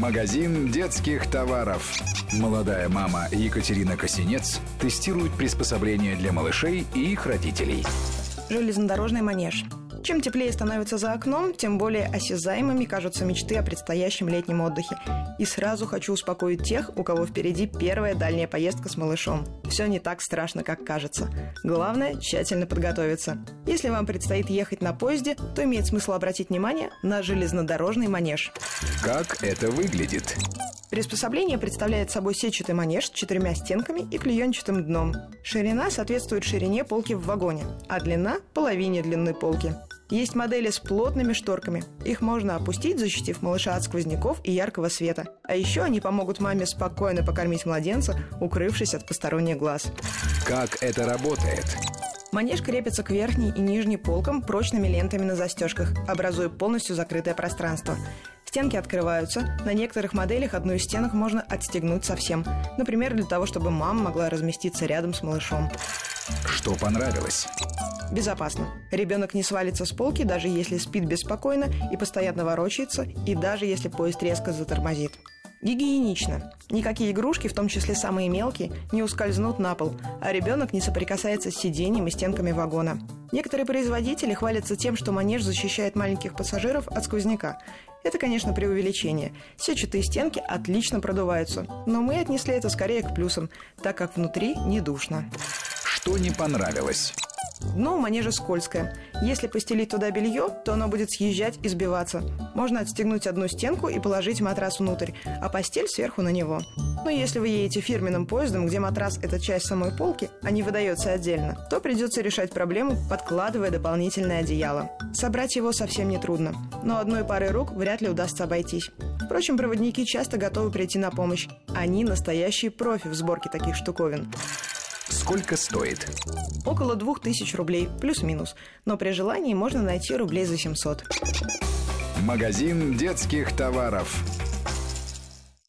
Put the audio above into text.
Магазин детских товаров. Молодая мама Екатерина Косинец тестирует приспособления для малышей и их родителей. Железнодорожный манеж. Чем теплее становится за окном, тем более осязаемыми кажутся мечты о предстоящем летнем отдыхе. И сразу хочу успокоить тех, у кого впереди первая дальняя поездка с малышом. Все не так страшно, как кажется. Главное – тщательно подготовиться. Если вам предстоит ехать на поезде, то имеет смысл обратить внимание на железнодорожный манеж. Как это выглядит? Приспособление представляет собой сетчатый манеж с 4 стенками и клеенчатым дном. Ширина соответствует ширине полки в вагоне, а длина – половине длины полки. Есть модели с плотными шторками. Их можно опустить, защитив малыша от сквозняков и яркого света. А еще они помогут маме спокойно покормить младенца, укрывшись от посторонних глаз. Как это работает? Манеж крепится к верхней и нижней полкам прочными лентами на застежках, образуя полностью закрытое пространство. Стенки открываются. На некоторых моделях одну из стенок можно отстегнуть совсем. Например, для того, чтобы мама могла разместиться рядом с малышом. Что понравилось? Безопасно. Ребенок не свалится с полки, даже если спит беспокойно и постоянно ворочается, и даже если поезд резко затормозит. Гигиенично. Никакие игрушки, в том числе самые мелкие, не ускользнут на пол, а ребенок не соприкасается с сиденьем и стенками вагона. Некоторые производители хвалятся тем, что манеж защищает маленьких пассажиров от сквозняка. Это, конечно, преувеличение. Сетчатые стенки отлично продуваются, но мы отнесли это скорее к плюсам, так как внутри не душно. Что не понравилось? Дно у манежа скользкое. Если постелить туда белье, то оно будет съезжать и сбиваться. Можно отстегнуть одну стенку и положить матрас внутрь, а постель сверху на него. Но если вы едете фирменным поездом, где матрас – это часть самой полки, а не выдается отдельно, то придется решать проблему, подкладывая дополнительное одеяло. Собрать его совсем нетрудно, но одной парой рук вряд ли удастся обойтись. Впрочем, проводники часто готовы прийти на помощь. Они настоящие профи в сборке таких штуковин. Сколько стоит? Около 2000 рублей, плюс-минус. Но при желании можно найти рублей за 700. Магазин детских товаров.